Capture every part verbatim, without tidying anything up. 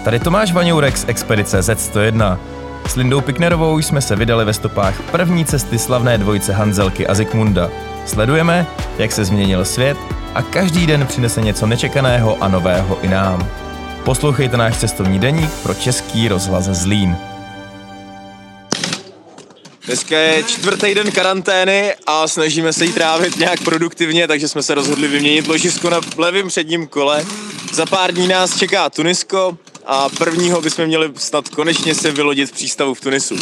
Tady Tomáš Vaňourek z expedice zet sto jedna. S Lindou Picknerovou jsme se vydali ve stopách první cesty slavné dvojice Hanzelky a Zikmunda. Sledujeme, jak se změnil svět a každý den přinese něco nečekaného a nového i nám. Poslouchejte náš cestovní deník pro Český rozhlas Zlín. Dneska je čtvrtý den karantény a snažíme se jí trávit nějak produktivně, takže jsme se rozhodli vyměnit ložisko na levém předním kole. Za pár dní nás čeká Tunisko a prvního bychom měli snad konečně se vylodit v přístavu v Tunisu.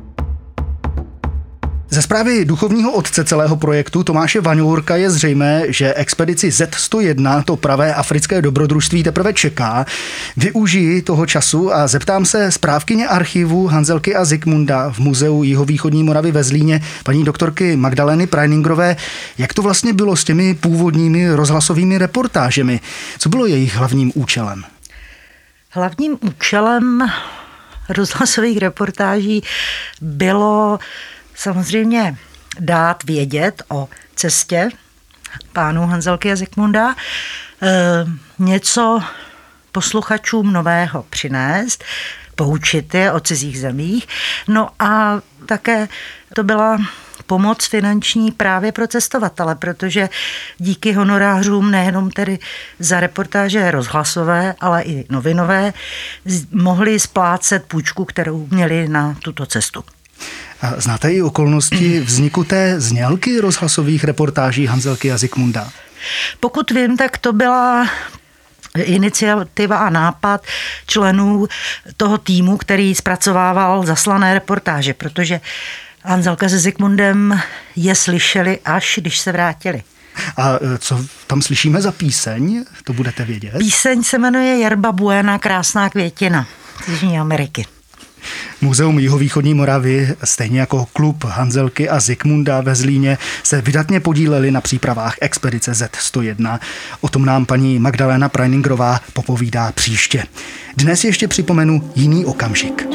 Ze zprávy duchovního otce celého projektu Tomáše Vaňourka je zřejmé, že expedici zet sto jedna, to pravé africké dobrodružství, teprve čeká. Využiji toho času a zeptám se správkyně archivu Hanzelky a Zikmunda v Muzeu jihovýchodní Moravy ve Zlíně, paní doktorky Magdalény Preiningerové, jak to vlastně bylo s těmi původními rozhlasovými reportážemi. Co bylo jejich hlavním účelem? Hlavním účelem rozhlasových reportáží bylo samozřejmě dát vědět o cestě pánů Hanzelky a Zikmunda, e, něco posluchačům nového přinést, poučit je o cizích zemích, no a také to byla pomoc finanční právě pro cestovatele, protože díky honorářům nejenom tedy za reportáže rozhlasové, ale i novinové mohli splácet půjčku, kterou měli na tuto cestu. A znáte i okolnosti vzniku té znělky rozhlasových reportáží Hanzelky a Zikmunda? Pokud vím, tak to byla iniciativa a nápad členů toho týmu, který zpracovával zaslané reportáže, protože Hanzelka se Zikmundem je slyšeli, až když se vrátili. A co tam slyšíme za píseň? To budete vědět? Píseň se jmenuje Yerba Buena, krásná květina z Jižní Ameriky. Muzeum jihovýchodní Moravy, stejně jako klub Hanzelky a Zikmunda ve Zlíně, se vydatně podíleli na přípravách expedice zet sto jedna. O tom nám paní Magdaléna Preiningerová popovídá příště. Dnes ještě připomenu jiný okamžik.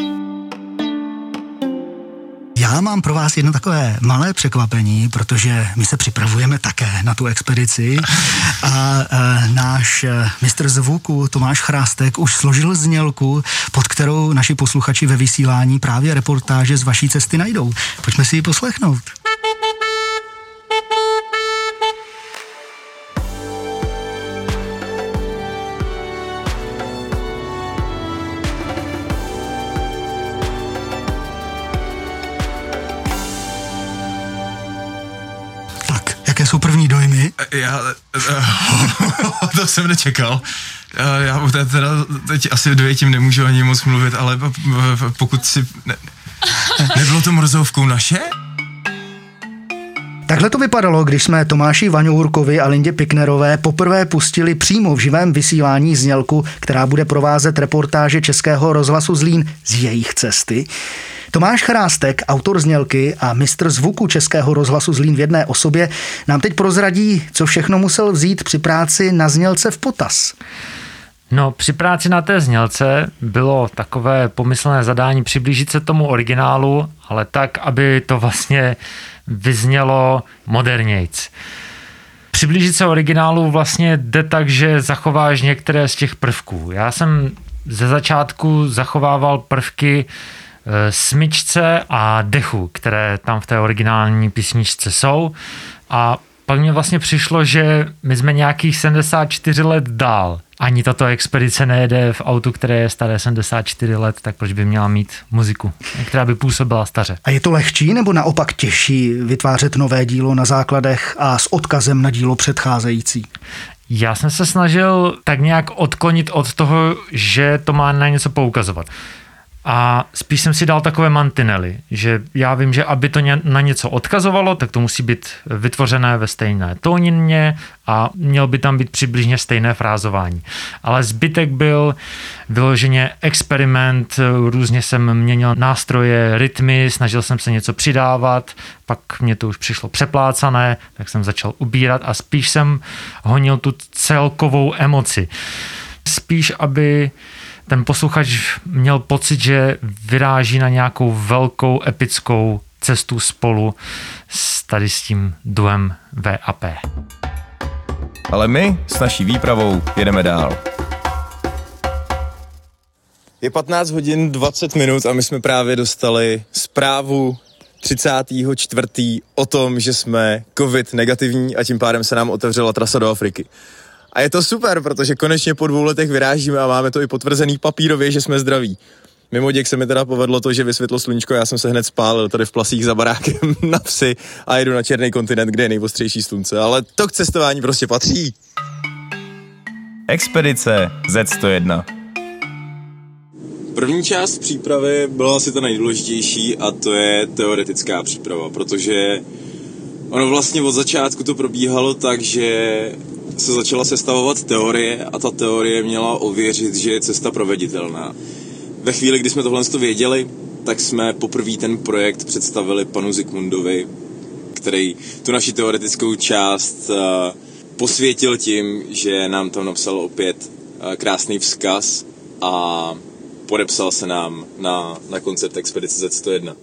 Já mám pro vás jedno takové malé překvapení, protože my se připravujeme také na tu expedici a e, náš mistr zvuku Tomáš Chrástek už složil znělku, pod kterou naši posluchači ve vysílání právě reportáže z vaší cesty najdou. Pojďme si ji poslechnout. Jaké jsou první dojmy? Já, to jsem nečekal. Já teda teď asi dojetím nemůžu ani moc mluvit, ale pokud si... Ne, nebylo to mrzovkou naše? Takhle to vypadalo, když jsme Tomáši Vaňourkovi a Lindě Picknerové poprvé pustili přímo v živém vysílání znělku, která bude provázet reportáže Českého rozhlasu Zlín z jejich cesty. Tomáš Chrástek, autor znělky a mistr zvuku Českého rozhlasu Zlín v jedné osobě, nám teď prozradí, co všechno musel vzít při práci na znělce v potaz. No, při práci na té znělce bylo takové pomyslné zadání přiblížit se tomu originálu, ale tak, aby to vlastně vyznělo modernějc. Přiblížit se originálu vlastně jde tak, že zachováš některé z těch prvků. Já jsem ze začátku zachovával prvky smyčce a dechu, které tam v té originální písničce jsou, a pak mně vlastně přišlo, že my jsme nějakých sedmdesát čtyři let dál. Ani tato expedice nejede v autu, které je staré sedmdesát čtyři let, tak proč by měla mít muziku, která by působila staře. A je to lehčí nebo naopak těžší vytvářet nové dílo na základech a s odkazem na dílo předcházející? Já jsem se snažil tak nějak odklonit od toho, že to má na něco poukazovat. A spíš jsem si dal takové mantinely, že já vím, že aby to na něco odkazovalo, tak to musí být vytvořené ve stejné tónině a měl by tam být přibližně stejné frázování. Ale zbytek byl vyloženě experiment, různě jsem měnil nástroje, rytmy, snažil jsem se něco přidávat, pak mě to už přišlo přeplácané, tak jsem začal ubírat a spíš jsem honil tu celkovou emoci. Spíš, aby ten posluchač měl pocit, že vyráží na nějakou velkou epickou cestu spolu s tady s tím duem V a P. Ale my s naší výpravou jedeme dál. Je patnáct hodin dvacet minut a my jsme právě dostali zprávu třicátého čtvrtého o tom, že jsme covid negativní a tím pádem se nám otevřela trasa do Afriky. A je to super, protože konečně po dvou letech vyrážíme a máme to i potvrzený papírově, že jsme zdraví. Mimo děk se mi teda povedlo to, že vysvětlo sluníčko, já jsem se hned spálil tady v Plasích za barákem na vsi a jedu na černý kontinent, kde je nejostřejší slunce, ale to k cestování prostě patří. Expedice zet sto jedna. První část přípravy byla asi ta nejdůležitější a to je teoretická příprava, protože ono vlastně od začátku to probíhalo tak, že se začala sestavovat teorie a ta teorie měla ověřit, že je cesta proveditelná. Ve chvíli, kdy jsme tohle věděli, tak jsme poprvé ten projekt představili panu Zikmundovi, který tu naši teoretickou část posvětil tím, že nám tam napsal opět krásný vzkaz a podepsal se nám na, na koncept expedice zet sto jedna.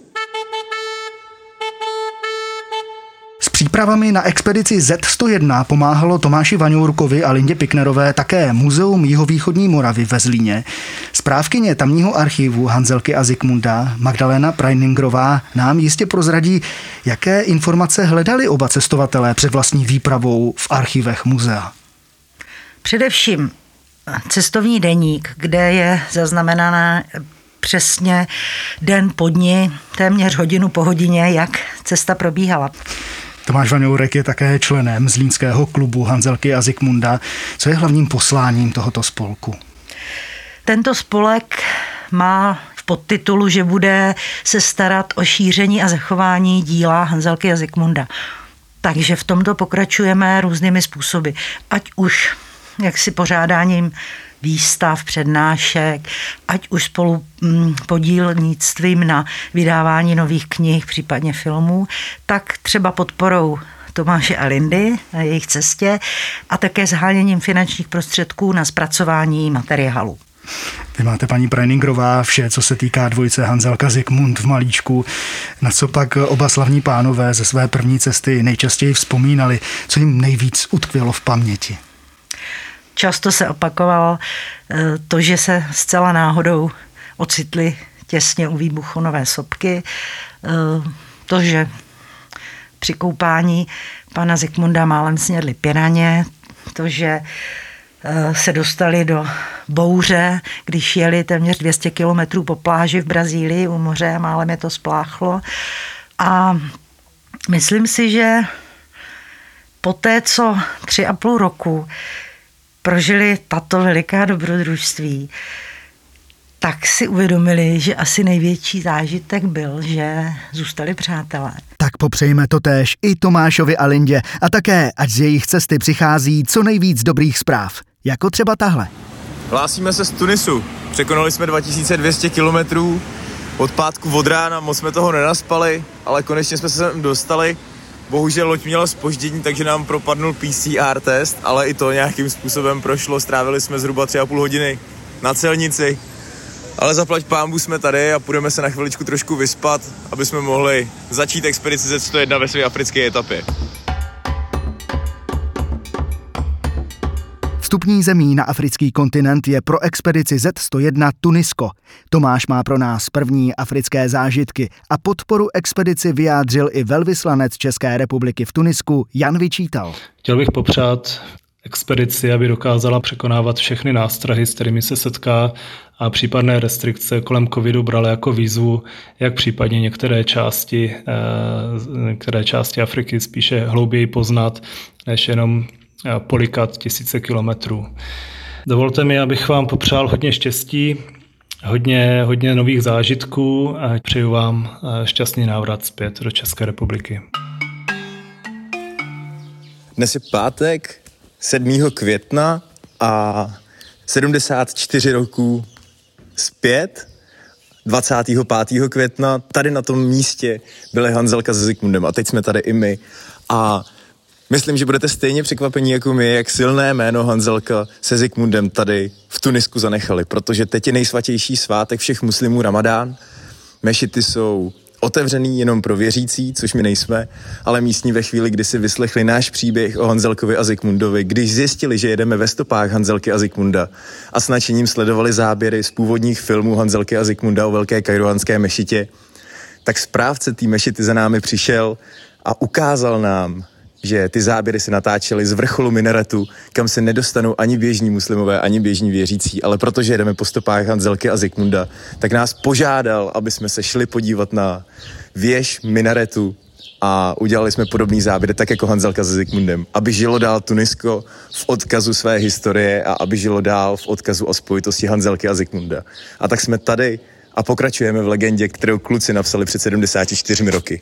S přípravami na expedici zet sto jedna pomáhalo Tomáši Vaňourkovi a Lindě Piknerové také Muzeum jihovýchodní Moravy ve Zlíně. Správkyně tamního archivu Hanzelky a Zikmunda, Magdalena Prajningrová, nám jistě prozradí, jaké informace hledali oba cestovatelé před vlastní výpravou v archivech muzea. Především cestovní deník, kde je zaznamenaná přesně den po dni, téměř hodinu po hodině, jak cesta probíhala. Tomáš Vaňourek je také členem zlínského klubu Hanzelky a Zikmunda. Co je hlavním posláním tohoto spolku? Tento spolek má v podtitulu, že bude se starat o šíření a zachování díla Hanzelky a Zikmunda. Takže v tomto pokračujeme různými způsoby. Ať už jaksi pořádáním výstav, přednášek, ať už spolu podílnictvím na vydávání nových knih, případně filmů, tak třeba podporou Tomáše a Lindy na jejich cestě a také zháněním finančních prostředků na zpracování materiálu. Vy máte, paní Prajningrová, vše, co se týká dvojice Hanzelka Zikmund v malíčku. Na co pak oba slavní pánové ze své první cesty nejčastěji vzpomínali, co jim nejvíc utkvělo v paměti? Často se opakovalo to, že se zcela náhodou ocitli těsně u výbuchu Nové Sopky. To, že při koupání pana Zikmunda málem snědli piraně. To, že se dostali do bouře, když jeli téměř dvě stě kilometrů po pláži v Brazílii u moře a málem je to spláchlo. A myslím si, že poté, co tři a půl roku prožili tato veliká dobrodružství, tak si uvědomili, že asi největší zážitek byl, že zůstali přátelé. Tak popřejme totéž i Tomášovi a Lindě a také, ať z jejich cesty přichází co nejvíc dobrých zpráv, jako třeba tahle. Hlásíme se z Tunisu. Překonali jsme dva tisíce dvě stě kilometrů od pátku od rána, moc jsme toho nenaspali, ale konečně jsme se sem dostali. Bohužel loď měla zpoždění, takže nám propadnul P C R test, ale i to nějakým způsobem prošlo. Strávili jsme zhruba tři a půl hodiny na celnici. Ale zaplať pánbůh jsme tady a půjdeme se na chviličku trošku vyspat, aby jsme mohli začít expedici zet sto jedna ve své africké etapě. Vstupní zemí na africký kontinent je pro expedici zet sto jedna Tunisko. Tomáš má pro nás první africké zážitky a podporu expedici vyjádřil i velvyslanec České republiky v Tunisku Jan Vyčítal. Chtěl bych popřát expedici, aby dokázala překonávat všechny nástrahy, s kterými se setká a případné restrikce kolem covidu brala jako výzvu, jak případně některé části, některé části Afriky spíše hlouběji poznat, než jenom polikat tisíce kilometrů. Dovolte mi, abych vám popřál hodně štěstí, hodně, hodně nových zážitků a přeju vám šťastný návrat zpět do České republiky. Dnes je pátek, sedmého května a sedmdesát čtyři roků zpět, dvacátého pátého května, tady na tom místě byly Hanzelka se Zikmundem a teď jsme tady i my. A myslím, že budete stejně překvapení jako my, jak silné jméno Hanzelka se Zikmundem tady v Tunisku zanechali, protože teď je nejsvatější svátek všech muslimů Ramadán. Mešity jsou otevřený jenom pro věřící, což my nejsme, ale místní ve chvíli, kdy si vyslechli náš příběh o Hanzelkovi a Zikmundovi, když zjistili, že jedeme ve stopách Hanzelky a Zikmunda a s nadšením sledovali záběry z původních filmů Hanzelky a Zikmunda o velké kairuánské mešitě, tak správce té mešity za námi přišel a ukázal nám, že ty záběry se natáčely z vrcholu minaretu, kam se nedostanou ani běžní muslimové, ani běžní věřící, ale protože jedeme po stopách Hanzelky a Zikmunda, tak nás požádal, aby jsme se šli podívat na věž minaretu a udělali jsme podobný záběr, tak jako Hanzelka se Zikmundem, aby žilo dál Tunisko v odkazu své historie a aby žilo dál v odkazu o spojitosti Hanzelky a Zikmunda. A tak jsme tady a pokračujeme v legendě, kterou kluci napsali před sedmdesáti čtyřmi roky.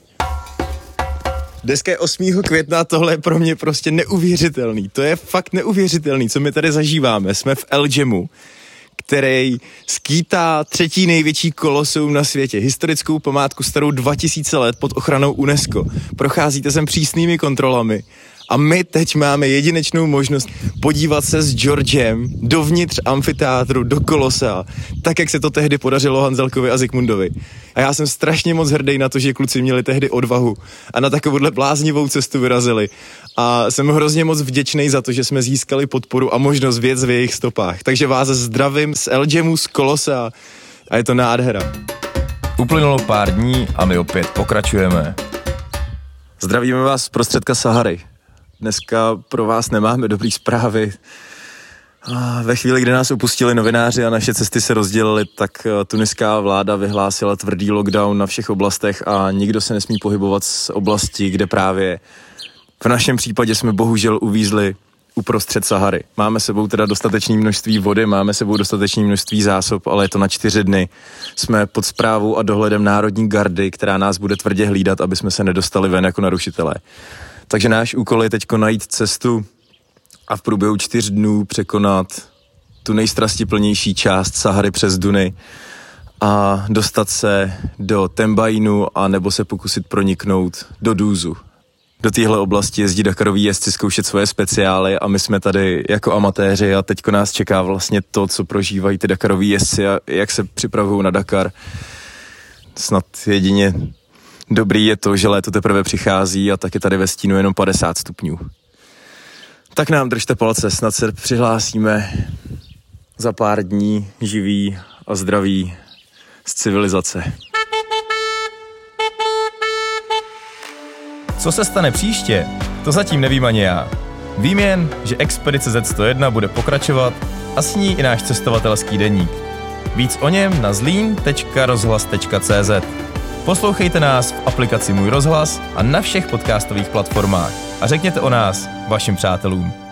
Dneska je osmého května, tohle je pro mě prostě neuvěřitelný. To je fakt neuvěřitelný, co my tady zažíváme. Jsme v El Džemu, který skýtá třetí největší koloseum na světě. Historickou památku starou dva tisíce let pod ochranou UNESCO. Procházíte sem přísnými kontrolami. A my teď máme jedinečnou možnost podívat se s Georgem dovnitř amfiteátru, do kolosea, tak, jak se to tehdy podařilo Hanzelkovi a Zikmundovi. A já jsem strašně moc hrdý na to, že kluci měli tehdy odvahu a na takovouhle bláznivou cestu vyrazili. A jsem hrozně moc vděčný za to, že jsme získali podporu a možnost věc v jejich stopách. Takže vás zdravím z El Džemu, z kolosea a je to nádhera. Uplynulo pár dní a my opět pokračujeme. Zdravíme vás z prostředka Sahary. Dneska pro vás nemáme dobrý zprávy. Ve chvíli, kdy nás opustili novináři a naše cesty se rozdělily, tak tuniská vláda vyhlásila tvrdý lockdown na všech oblastech a nikdo se nesmí pohybovat z oblasti, kde právě v našem případě jsme bohužel uvízli uprostřed Sahary. Máme sebou teda dostatečné množství vody, máme sebou dostatečné množství zásob, ale je to na čtyři dny. Jsme pod správou a dohledem Národní gardy, která nás bude tvrdě hlídat, aby jsme se nedostali ven jako narušitelé. Takže náš úkol je teďko najít cestu a v průběhu čtyř dnů překonat tu nejstrastiplnější část Sahary přes duny a dostat se do Tembainu a nebo se pokusit proniknout do Dúzu. Do téhle oblasti jezdí Dakaroví jezdci zkoušet svoje speciály a my jsme tady jako amatéři a teďko nás čeká vlastně to, co prožívají ty Dakaroví jezdci a jak se připravují na Dakar. Snad jedině dobrý je to, že léto teprve přichází a tak je tady ve stínu jenom padesát stupňů. Tak nám držte palce, snad se přihlásíme za pár dní živí a zdraví z civilizace. Co se stane příště, to zatím nevím ani já. Vím jen, že expedice zet sto jedna bude pokračovat a s ní i náš cestovatelský deník. Víc o něm na zlín tečka rozhlas tečka cé zet. Poslouchejte nás v aplikaci Můj rozhlas a na všech podcastových platformách a řekněte o nás vašim přátelům.